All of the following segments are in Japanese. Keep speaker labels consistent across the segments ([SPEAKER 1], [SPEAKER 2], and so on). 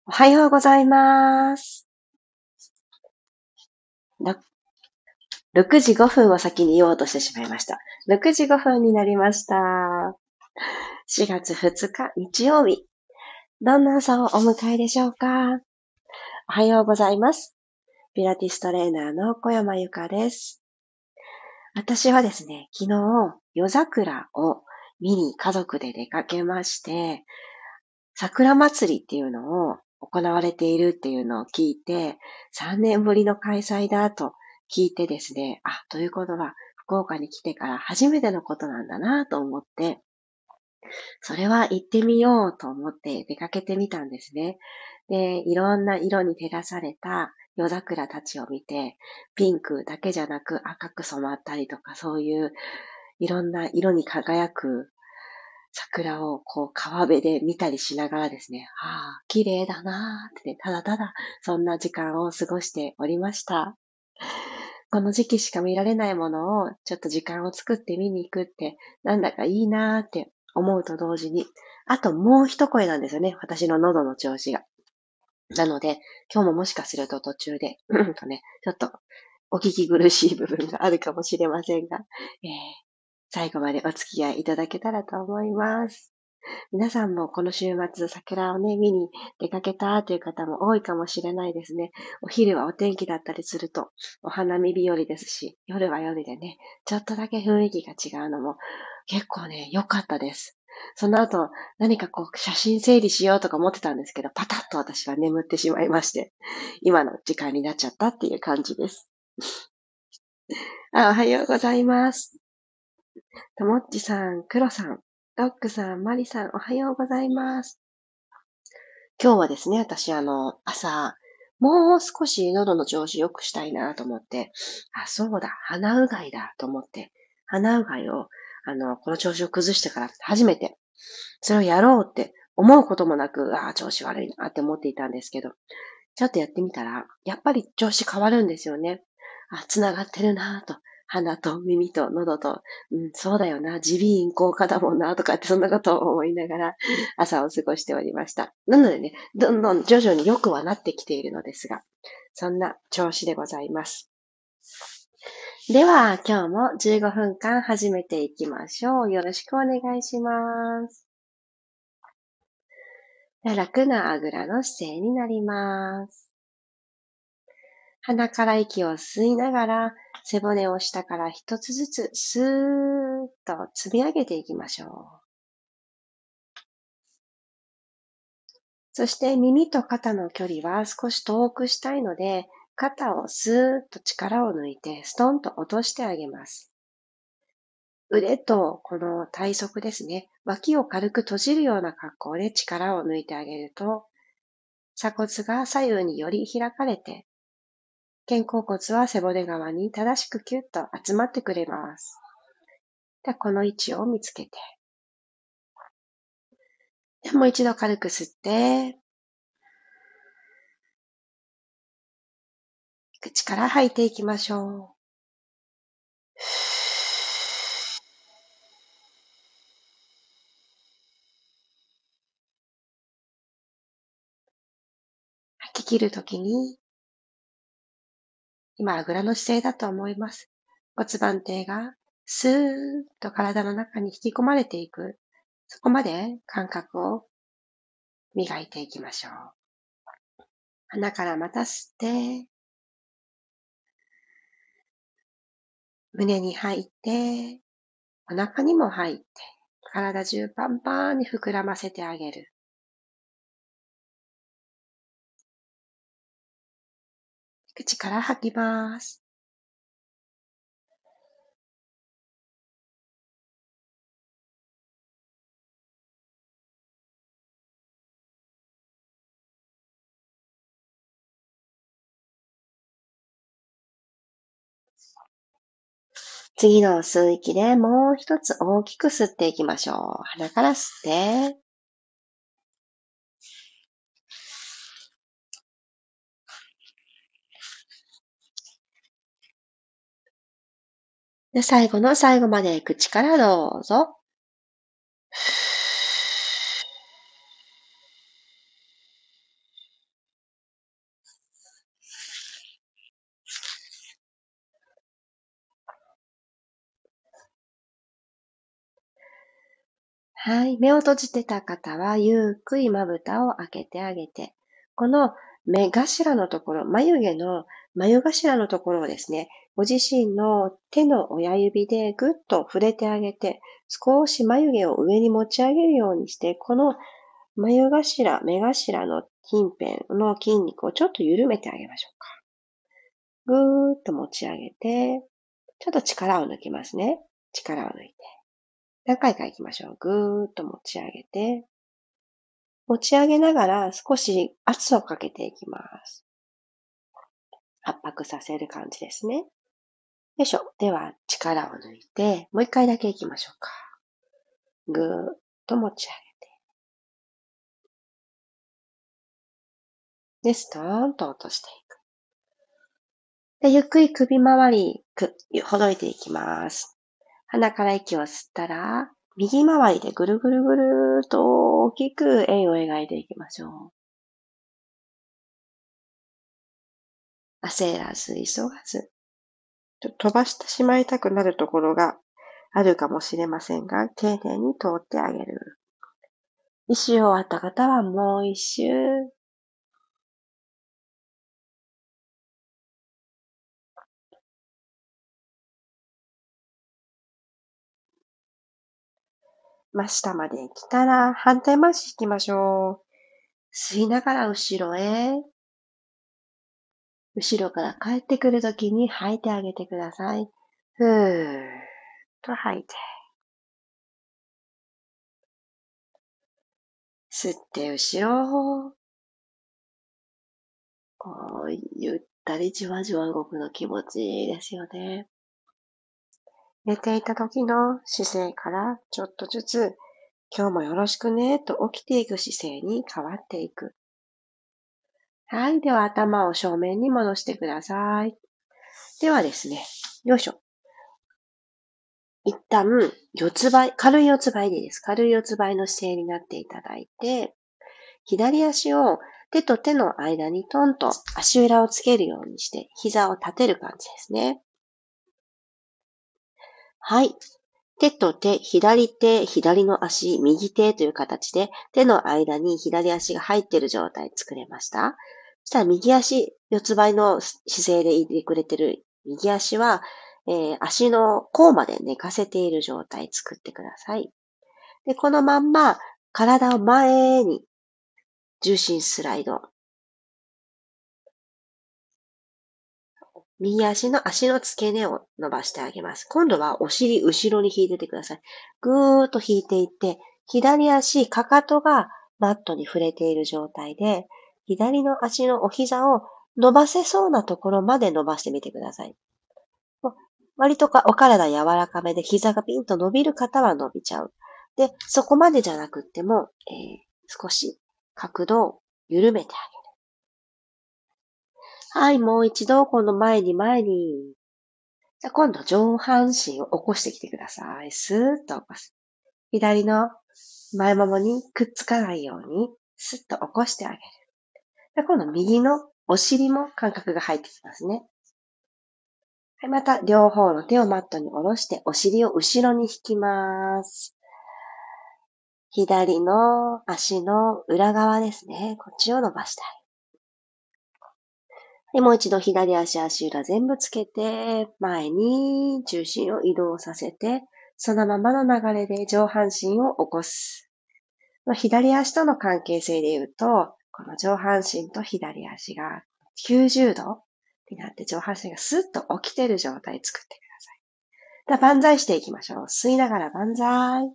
[SPEAKER 1] おはようございます。6時5分を先に言おうとしてしまいました。6時5分になりました。4月2日日曜日。どんな朝をお迎えでしょうか？おはようございます。ピラティストレーナーの小山由かです。私はですね、昨日夜桜を見に家族で出かけまして、桜祭りっていうのを行われているっていうのを聞いて、3年ぶりの開催だと聞いてですね、ということは福岡に来てから初めてのことなんだなと思って、それは行ってみようと思って出かけてみたんですね。で、いろんな色に照らされた夜桜たちを見て、ピンクだけじゃなく赤く染まったりとか、そういういろんな色に輝く桜を川辺で見たりしながらですね、綺麗だなーって、ただただそんな時間を過ごしておりました。この時期しか見られないものをちょっと時間を作って見に行くってなんだかいいなーって思うと同時に、あともう一声なんですよね、私の喉の調子が。なので、今日ももしかすると途中で、ちょっとお聞き苦しい部分があるかもしれませんが、最後までお付き合いいただけたらと思います。皆さんもこの週末桜をね、見に出かけたという方も多いかもしれないですね。お昼はお天気だったりするとお花見日和ですし、夜は夜でね、ちょっとだけ雰囲気が違うのも結構ね、良かったです。その後、何か写真整理しようとか思ってたんですけど、パタッと私は眠ってしまいまして、今の時間になっちゃったっていう感じです。おはようございます。ともっちさん、くろさん、ドッグさん、マリさん、おはようございます。今日はですね、私朝、もう少し喉の調子良くしたいなと思って、そうだ、鼻うがいだと思って、鼻うがいを、この調子を崩してから初めて、それをやろうって思うこともなく、調子悪いなって思っていたんですけど、ちょっとやってみたら、やっぱり調子変わるんですよね。繋がってるなぁと。鼻と耳と喉と、そうだよな、耳鼻咽喉科だもんな、とかってそんなことを思いながら朝を過ごしておりました。なのでね、どんどん徐々に良くはなってきているのですが、そんな調子でございます。では、今日も15分間始めていきましょう。よろしくお願いします。楽なあぐらの姿勢になります。鼻から息を吸いながら、背骨を下から一つずつスーッと積み上げていきましょう。そして耳と肩の距離は少し遠くしたいので、肩をスーッと力を抜いてストンと落としてあげます。腕とこの体側ですね、脇を軽く閉じるような格好で力を抜いてあげると、鎖骨が左右により開かれて、肩甲骨は背骨側に正しくキュッと集まってくれます。ではこの位置を見つけて、もう一度軽く吸って、口から吐いていきましょう。吐き切るときに、今あぐらの姿勢だと思います。骨盤底がスーッと体の中に引き込まれていく。そこまで感覚を磨いていきましょう。鼻からまた吸って、胸に入って、お腹にも入って、体中パンパンに膨らませてあげる。口から吐きます。次の吸う息でもう一つ大きく吸っていきましょう。鼻から吸って、で最後の最後まで口からどうぞ。 はい。目を閉じてた方は、ゆっくりまぶたを開けてあげて、この目頭のところ、眉毛の眉頭のところをですね、ご自身の手の親指でぐっと触れてあげて、少し眉毛を上に持ち上げるようにして、この眉頭、目頭の近辺の筋肉をちょっと緩めてあげましょうか。ぐーっと持ち上げて、ちょっと力を抜きますね。力を抜いて。何回か行きましょう。ぐーっと持ち上げて、持ち上げながら少し圧をかけていきます。圧迫させる感じですね。よいしょ。では、力を抜いて、もう一回だけ行きましょうか。ぐーっと持ち上げて。で、ストーンと落としていく。で、ゆっくり首周り、ほどいていきます。鼻から息を吸ったら、右回りでぐるぐるぐるーっと大きく円を描いていきましょう。焦らず、急がず。飛ばしてしまいたくなるところがあるかもしれませんが、丁寧に通ってあげる。一周終わった方はもう一周。真下まで来たら反対回し行きましょう。吸いながら後ろへ。後ろから帰ってくるときに吐いてあげてください。ふーっと吐いて。吸って後ろ。こう、ゆったりじわじわ動くの気持ちいいですよね。寝ていた時の姿勢からちょっとずつ今日もよろしくねと起きていく姿勢に変わっていく。はい。では頭を正面に戻してください。ではですね、よいしょ。一旦、四つ倍、軽い四つ倍でいいです。軽い四つ倍の姿勢になっていただいて、左足を手と手の間にトンと足裏をつけるようにして、膝を立てる感じですね。はい。手と手、左手、左の足、右手という形で手の間に左足が入っている状態作れました。そしたら右足、四つ倍の姿勢でいてくれてる右足は、足の甲まで寝かせている状態作ってください。で、このまんま体を前に重心スライド。右足の付け根を伸ばしてあげます。今度はお尻後ろに引いててください。ぐーっと引いていって、左足、かかとがマットに触れている状態で、左の足のお膝を伸ばせそうなところまで伸ばしてみてください。割とお体柔らかめで膝がピンと伸びる方は伸びちゃう。で、そこまでじゃなくっても、少し角度を緩めてあげる。はい、もう一度、この前に前に。じゃあ今度上半身を起こしてきてください。スーッと起こす。左の前ももにくっつかないように、スッと起こしてあげる。で今度右のお尻も感覚が入ってきますね。はい、また両方の手をマットに下ろして、お尻を後ろに引きます。左の足の裏側ですね。こっちを伸ばしたい。で、もう一度左足、足裏全部つけて、前に重心を移動させて、そのままの流れで上半身を起こす。左足との関係性で言うと、この上半身と左足が90度になって上半身がスッと起きている状態作ってください。では万歳していきましょう。吸いながら万歳。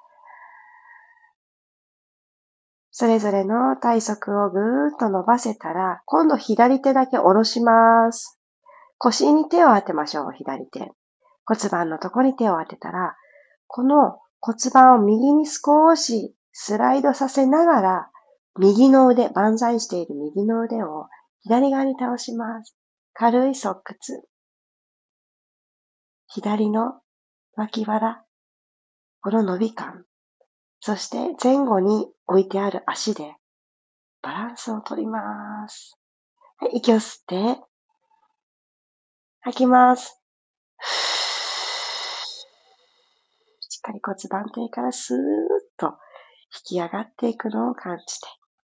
[SPEAKER 1] それぞれの体側をぐーっと伸ばせたら、今度左手だけ下ろします。腰に手を当てましょう、左手。骨盤のとこに手を当てたら、この骨盤を右に少しスライドさせながら、右の腕、万歳している右の腕を左側に倒します。軽い側屈。左の脇腹、この伸び感。そして前後に置いてある足でバランスを取ります。はい、息を吸って、吐きます。 かり骨盤底からスーッと引き上がっていくのを感じて、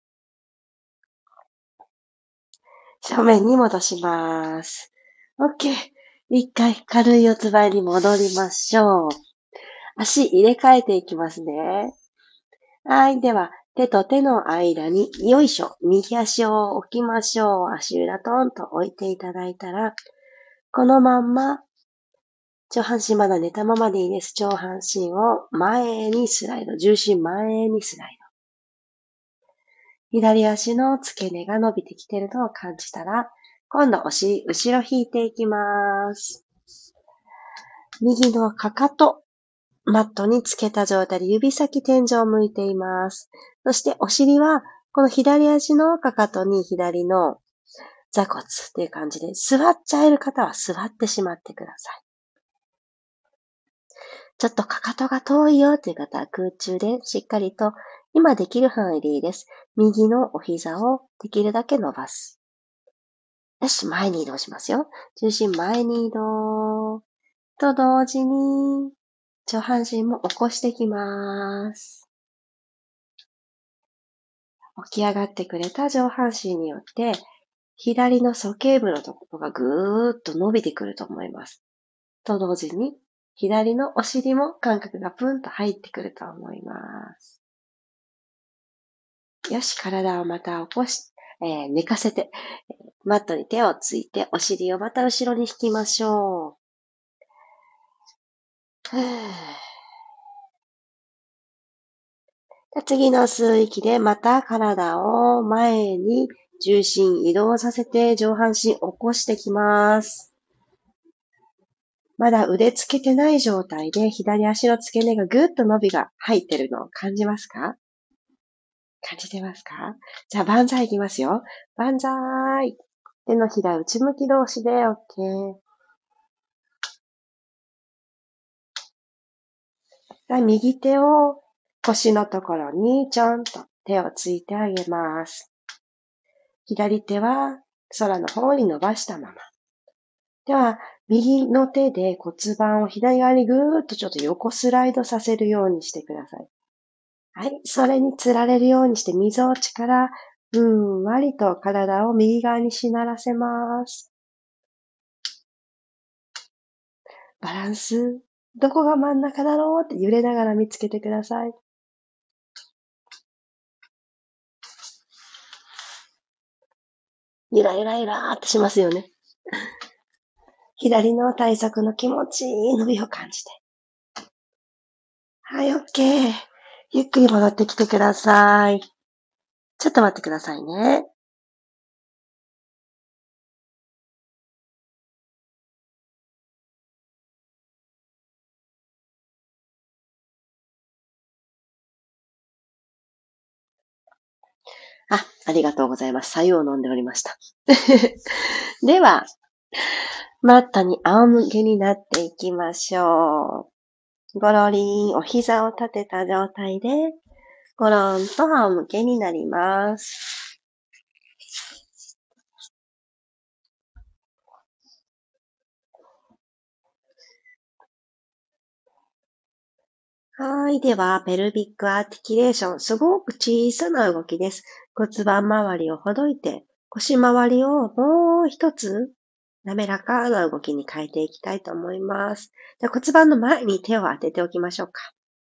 [SPEAKER 1] 正面に戻します。OK。一回軽い四つ倍に戻りましょう。足入れ替えていきますね。はい。では、手と手の間に、よいしょ。右足を置きましょう。足裏トンと置いていただいたら、このまんま、上半身まだ寝たままでいいです。上半身を前にスライド。重心前にスライド。左足の付け根が伸びてきているのを感じたら、今度お尻、後ろ引いていきます。右のかかと、マットにつけた状態で指先天井を向いています。そしてお尻は、この左足のかかとに左の座骨っていう感じで、座っちゃえる方は座ってしまってください。ちょっとかかとが遠いよという方は空中でしっかりと今できる範囲でいいです。右のお膝をできるだけ伸ばす。よし、前に移動しますよ。重心前に移動と同時に上半身も起こしてきます。起き上がってくれた上半身によって左の鼠径部のところがぐーっと伸びてくると思います。と同時に左のお尻も感覚がプンと入ってくると思います。よし、体をまた起こし、寝かせて、マットに手をついて、お尻をまた後ろに引きましょう。次の吸う息でまた体を前に重心移動させて上半身起こしてきます。まだ腕つけてない状態で左足の付け根がぐっと伸びが入ってるのを感じますか？感じてますか？じゃあ、万歳いきますよ。万歳。手のひら内向き同士で OK。右手を腰のところにちょんと手をついてあげます。左手は空の方に伸ばしたまま。では、右の手で骨盤を左側にぐーっとちょっと横スライドさせるようにしてください。はい。それにつられるようにして、溝落ちからふんわりと体を右側にしならせます。バランス、どこが真ん中だろうって揺れながら見つけてください。ゆらゆらゆらーってしますよね。左の体側の気持ちいい伸びを感じて。はい、OK。ゆっくり戻ってきてください。ちょっと待ってくださいね。ありがとうございます。白湯を飲んでおりました。では、マットに仰向けになっていきましょう。ゴロリン、お膝を立てた状態で、ゴロンと仰向けになります。はい。では、ペルビックアーティキュレーション。すごく小さな動きです。骨盤周りをほどいて、腰周りをもう一つ滑らかな動きに変えていきたいと思います。じゃあ骨盤の前に手を当てておきましょうか。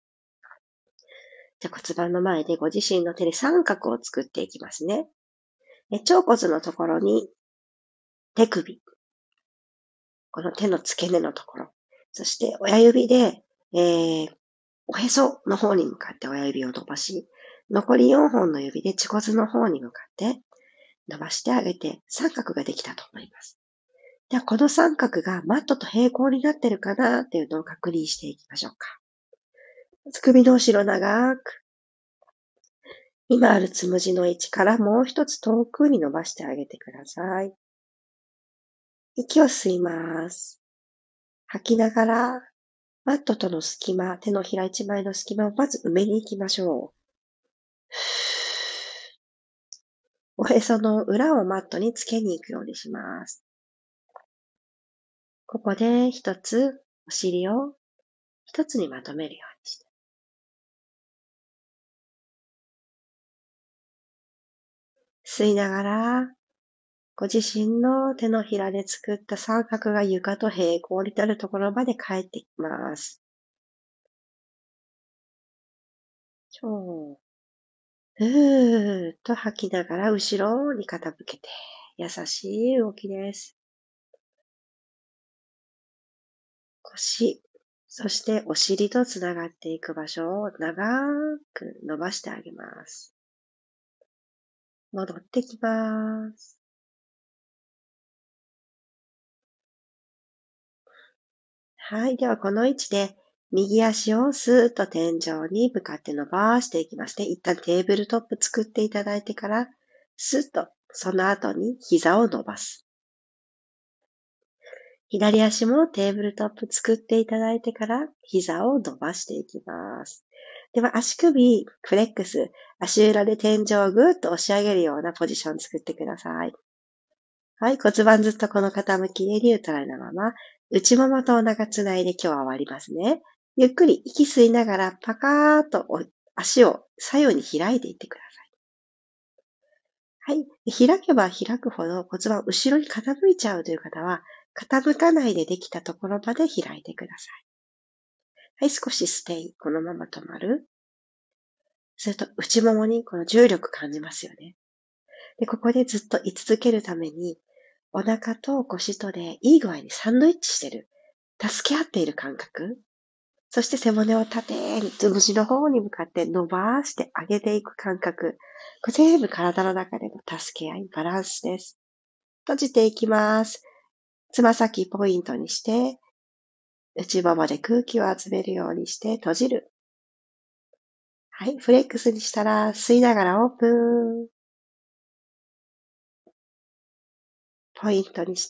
[SPEAKER 1] じゃあ骨盤の前でご自身の手で三角を作っていきますね。腸骨のところに手首。この手の付け根のところ。そして親指で、おへその方に向かって親指を伸ばし、残り4本の指で恥骨の方に向かって伸ばしてあげて三角ができたと思います。では、この三角がマットと平行になってるかなっていうのを確認していきましょうか。首の後ろ長く、今あるつむじの位置からもう一つ遠くに伸ばしてあげてください。息を吸います。吐きながら、マットとの隙間、手のひら一枚の隙間をまず埋めに行きましょう。おへその裏をマットにつけに行くようにします。ここで一つお尻を一つにまとめるよ吸いながら、ご自身の手のひらで作った三角が床と平行になるところまで帰ってきます。ふーっと吐きながら後ろに傾けて、優しい動きです。腰、そしてお尻とつながっていく場所を長く伸ばしてあげます。戻ってきます。はい。では、この位置で、右足をスーッと天井に向かって伸ばしていきますね。一旦テーブルトップ作っていただいてから、スッと、その後に膝を伸ばす。左足もテーブルトップ作っていただいてから、膝を伸ばしていきます。では、足首、フレックス、足裏で天井をぐーっと押し上げるようなポジション作ってください。はい、骨盤ずっとこの傾きでニュートラルなまま、内ももとお腹つないで今日は終わりますね。ゆっくり息吸いながらパカーっと足を左右に開いていってください。はい。開けば開くほど骨盤後ろに傾いちゃうという方は、傾かないでできたところまで開いてください。はい、少しステイ。このまま止まる。すると内ももにこの重力感じますよね。で、ここでずっと居続けるために、お腹と腰とでいい具合にサンドイッチしてる。助け合っている感覚。そして背骨を縦に、つぶしの方に向かって伸ばして上げていく感覚。これ全部体の中での助け合い、バランスです。閉じていきます。つま先ポイントにして、内ももで空気を集めるようにして閉じる。はい、フレックスにしたら吸いながらオープン。ポイントにして、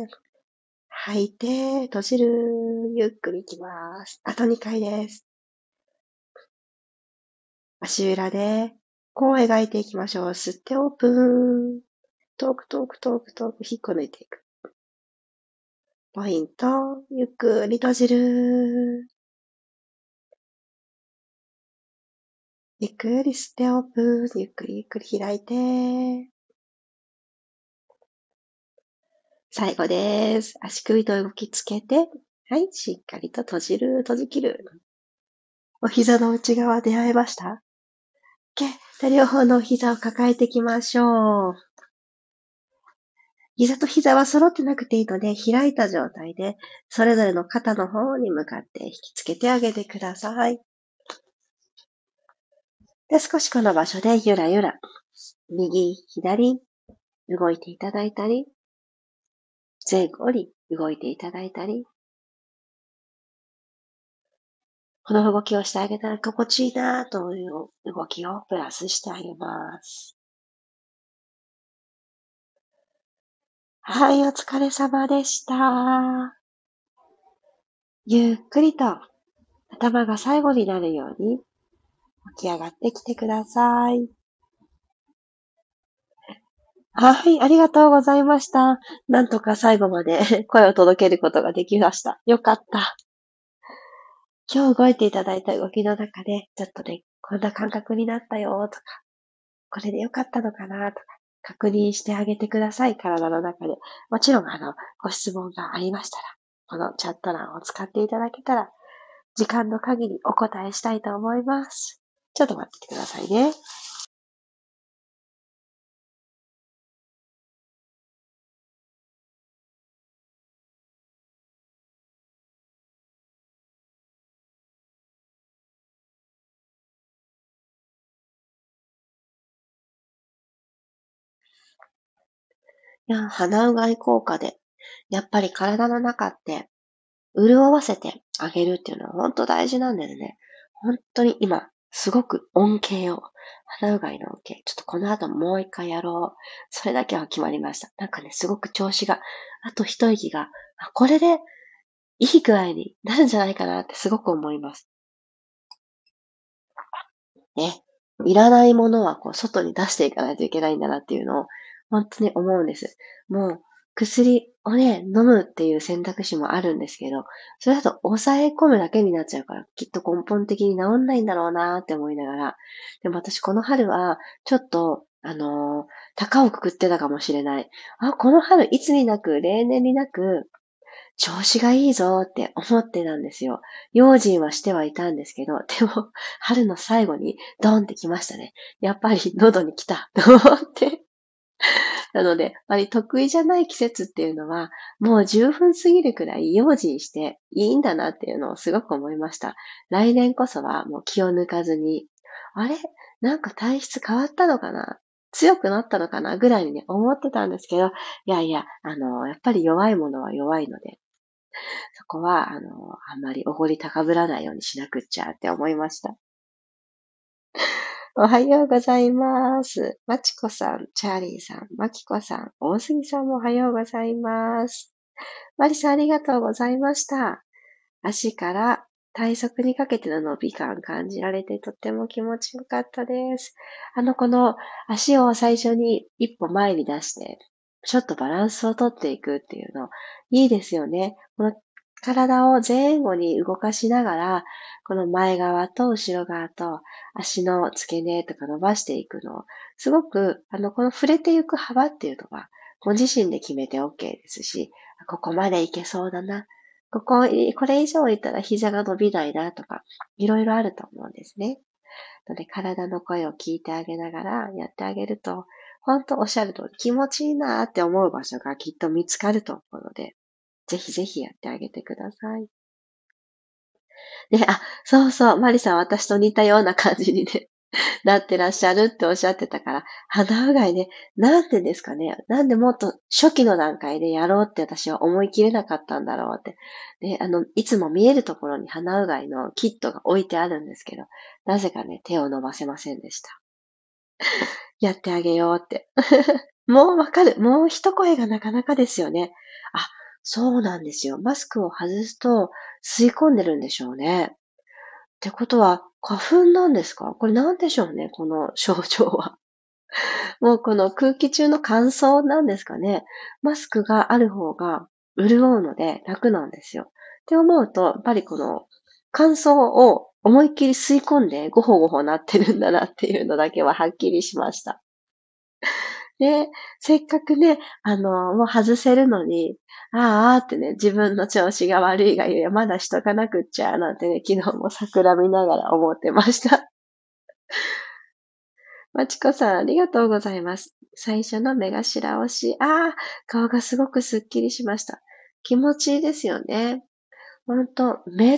[SPEAKER 1] 吐いて閉じる。ゆっくりいきます。あと2回です。足裏で、こう描いていきましょう。吸ってオープン。遠く遠く遠く遠く引っこ抜いていく。ポイント。ゆっくり閉じる。ゆっくり吸ってオープン。ゆっくりゆっくり開いて。最後です。足首と動きつけて。はい。しっかりと閉じる。閉じ切る。お膝の内側出会えました？ OK。両方のお膝を抱えていきましょう。膝と膝は揃ってなくていいので、開いた状態で、それぞれの肩の方に向かって引きつけてあげてください。で、少しこの場所でゆらゆら、右、左、動いていただいたり、前後に動いていただいたり、この動きをしてあげたら心地いいなという動きをプラスしてあげます。はい、お疲れ様でした。ゆっくりと頭が最後になるように起き上がってきてください。はい、ありがとうございました。なんとか最後まで声を届けることができました。よかった。今日動いていただいた動きの中で、ちょっとね、こんな感覚になったよとか、これでよかったのかなとか、確認してあげてください、体の中で。もちろん、ご質問がありましたら、このチャット欄を使っていただけたら、時間の限りお答えしたいと思います。ちょっと待っててくださいね。いや、鼻うがい効果で、やっぱり体の中って潤わせてあげるっていうのは本当大事なんですね。本当に今、すごく恩恵を、鼻うがいの恩恵、ちょっとこの後もう一回やろう。それだけは決まりました。なんかね、すごく調子が、あと一息が、これでいい具合になるんじゃないかなってすごく思います。ね。いらないものはこう外に出していかないといけないんだなっていうのを本当に思うんです。もう薬をね、飲むっていう選択肢もあるんですけど、それだと抑え込むだけになっちゃうから、きっと根本的に治んないんだろうなって思いながら。でも私この春は、ちょっと、 高をくくってたかもしれない。あ、この春いつになく、例年になく、調子がいいぞって思ってたんですよ。用心はしてはいたんですけど、でも、春の最後にドンってきましたね。やっぱり喉に来たと思って。なので、やっぱり得意じゃない季節っていうのは、もう十分すぎるくらい用心していいんだなっていうのをすごく思いました。来年こそはもう気を抜かずに、あれなんか体質変わったのかな強くなったのかなぐらいにね、思ってたんですけど、いやいや、やっぱり弱いものは弱いので、そこは、あんまりおごり高ぶらないようにしなくっちゃって思いました。おはようございます。まちこさん、チャーリーさん、まきこさん、大杉さんもおはようございます。マリさんありがとうございました。足から体側にかけての伸び感感じられてとっても気持ちよかったです。この足を最初に一歩前に出して、ちょっとバランスをとっていくっていうの、いいですよね。この体を前後に動かしながら、この前側と後ろ側と足の付け根とか伸ばしていくの、すごく、この触れていく幅っていうのは、ご自身で決めて OK ですし、ここまでいけそうだな。これ以上いったら膝が伸びないなとか、いろいろあると思うんですね。ので、体の声を聞いてあげながらやってあげると、本当おっしゃると気持ちいいなって思う場所がきっと見つかると思うので、ぜひぜひやってあげてください。で、そうそう、マリさん私と似たような感じにね、なってらっしゃるっておっしゃってたから、鼻うがいね、なんでですかね。なんでもっと初期の段階でやろうって私は思い切れなかったんだろうって。で、いつも見えるところに鼻うがいのキットが置いてあるんですけど、なぜかね、手を伸ばせませんでした。やってあげようって。もうわかる。もう一声がなかなかですよね。あ、そうなんですよ。マスクを外すと吸い込んでるんでしょうね。ってことは、花粉なんですか？これなんでしょうね、この症状は。もうこの空気中の乾燥なんですかね。マスクがある方が潤うので楽なんですよ。って思うと、やっぱりこの乾燥を思いっきり吸い込んでごほごほなってるんだなっていうのだけははっきりしました。で、せっかくね、もう外せるのに、あーってね、自分の調子が悪いがゆえ、まだしとかなくっちゃ、なんてね、昨日も桜見ながら思ってました。まちこさん、ありがとうございます。最初の目頭押し。顔がすごくすっきりしました。気持ちいいですよね。ほんと、目って、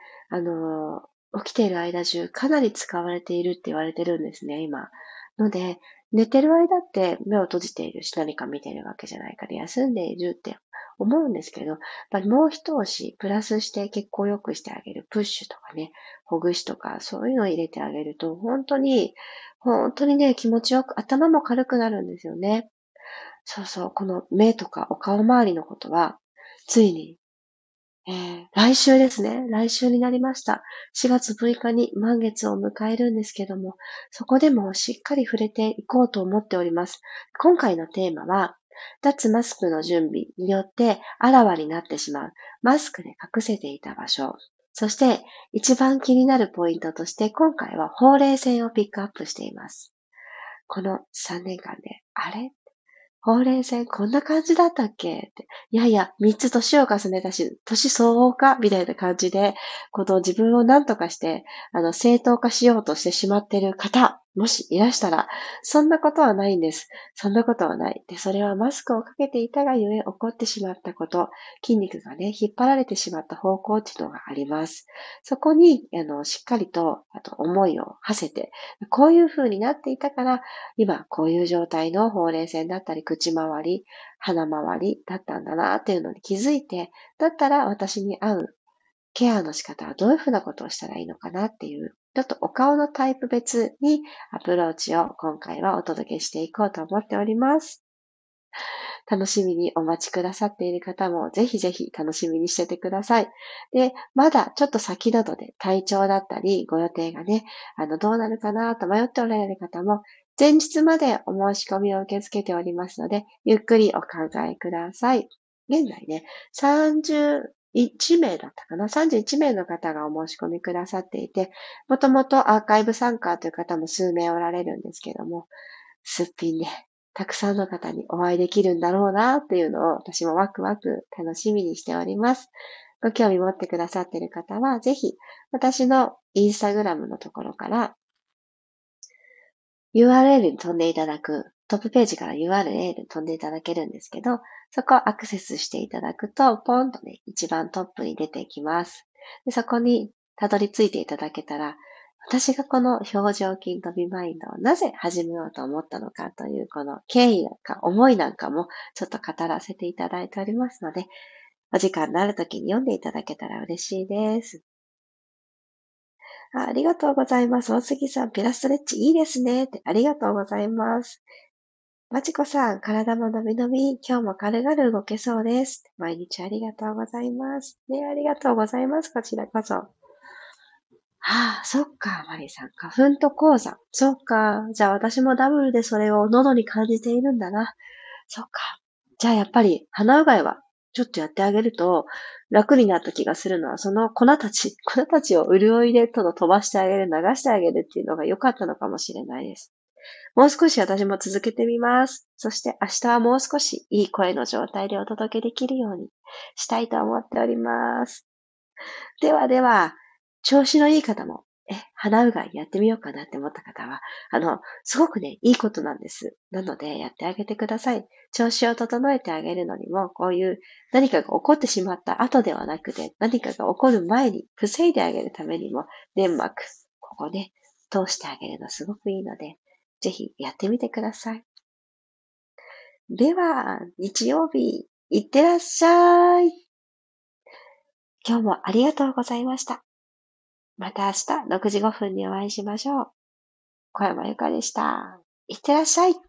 [SPEAKER 1] 起きている間中かなり使われているって言われてるんですね、今。ので、寝てる間って目を閉じているし何か見てるわけじゃないから休んでいるって思うんですけど、やっぱりもう一押し、プラスして血行を良くしてあげる、プッシュとかね、ほぐしとか、そういうのを入れてあげると、本当にね、気持ちよく、頭も軽くなるんですよね。そうそう、この目とかお顔周りのことは、ついに来週ですね。来週になりました。4月6日に満月を迎えるんですけども、そこでもしっかり触れていこうと思っております。今回のテーマは、脱マスクの準備によってあらわになってしまうマスクで隠せていた場所。そして一番気になるポイントとして今回はほうれい線をピックアップしています。この3年間で、あれほうれい線こんな感じだったっけって。いやいや、3つ年を重ねたし、年相応かみたいな感じで、この自分を何とかして、正当化しようとしてしまっている方、もしいらしたら、そんなことはないんです。そんなことはない。で、それはマスクをかけていたがゆえ起こってしまったこと、筋肉がね、引っ張られてしまった方向っていうのがあります。そこに、しっかりと、思いを馳せて、こういう風になっていたから、今こういう状態のほうれい線だったり、口周り、鼻周りだったんだなっていうのに気づいて、だったら私に合うケアの仕方はどういうふうなことをしたらいいのかなっていう、ちょっとお顔のタイプ別にアプローチを今回はお届けしていこうと思っております。楽しみにお待ちくださっている方もぜひぜひ楽しみにしててください。で、まだちょっと先などで体調だったりご予定がね、どうなるかなと迷っておられる方も前日までお申し込みを受け付けておりますので、ゆっくりお考えください。現在ね、31名だったかな ?31 名の方がお申し込みくださっていて、もともとアーカイブ参加という方も数名おられるんですけども、すっぴんね、 たくさんの方にお会いできるんだろうなっていうのを私もワクワク楽しみにしております。ご興味持ってくださっている方は、ぜひ私のインスタグラムのところから URL に飛んでいただく、トップページから URL に飛んでいただけるんですけど、そこをアクセスしていただくと、ポンとね、一番トップに出てきます。でそこにたどり着いていただけたら、私がこの表情筋飛びマインドをなぜ始めようと思ったのかというこの経緯なんか思いなんかもちょっと語らせていただいておりますので、お時間のある時に読んでいただけたら嬉しいです。ありがとうございます。大杉さん、ピラストレッチいいですね。ってありがとうございます。まちこさん、体も伸び伸び、今日も軽々動けそうです。毎日ありがとうございます。ね、ありがとうございます。こちらこそ。そっか、マリーさん。花粉と黄砂。そっか。じゃあ私もダブルでそれを喉に感じているんだな。そっか。じゃあやっぱり鼻うがいはちょっとやってあげると楽になった気がするのは、その粉たちを潤いで飛ばしてあげる、流してあげるっていうのが良かったのかもしれないです。もう少し私も続けてみます。そして明日はもう少しいい声の状態でお届けできるようにしたいと思っております。ではでは、調子のいい方も、鼻うがいやってみようかなって思った方は、すごくね、いいことなんです。なので、やってあげてください。調子を整えてあげるのにも、こういう何かが起こってしまった後ではなくて、何かが起こる前に防いであげるためにも、粘膜、ここね、通してあげるのすごくいいので、ぜひやってみてください。では、日曜日、いってらっしゃい。今日もありがとうございました。また明日6時5分にお会いしましょう。小山由かでした。いってらっしゃい。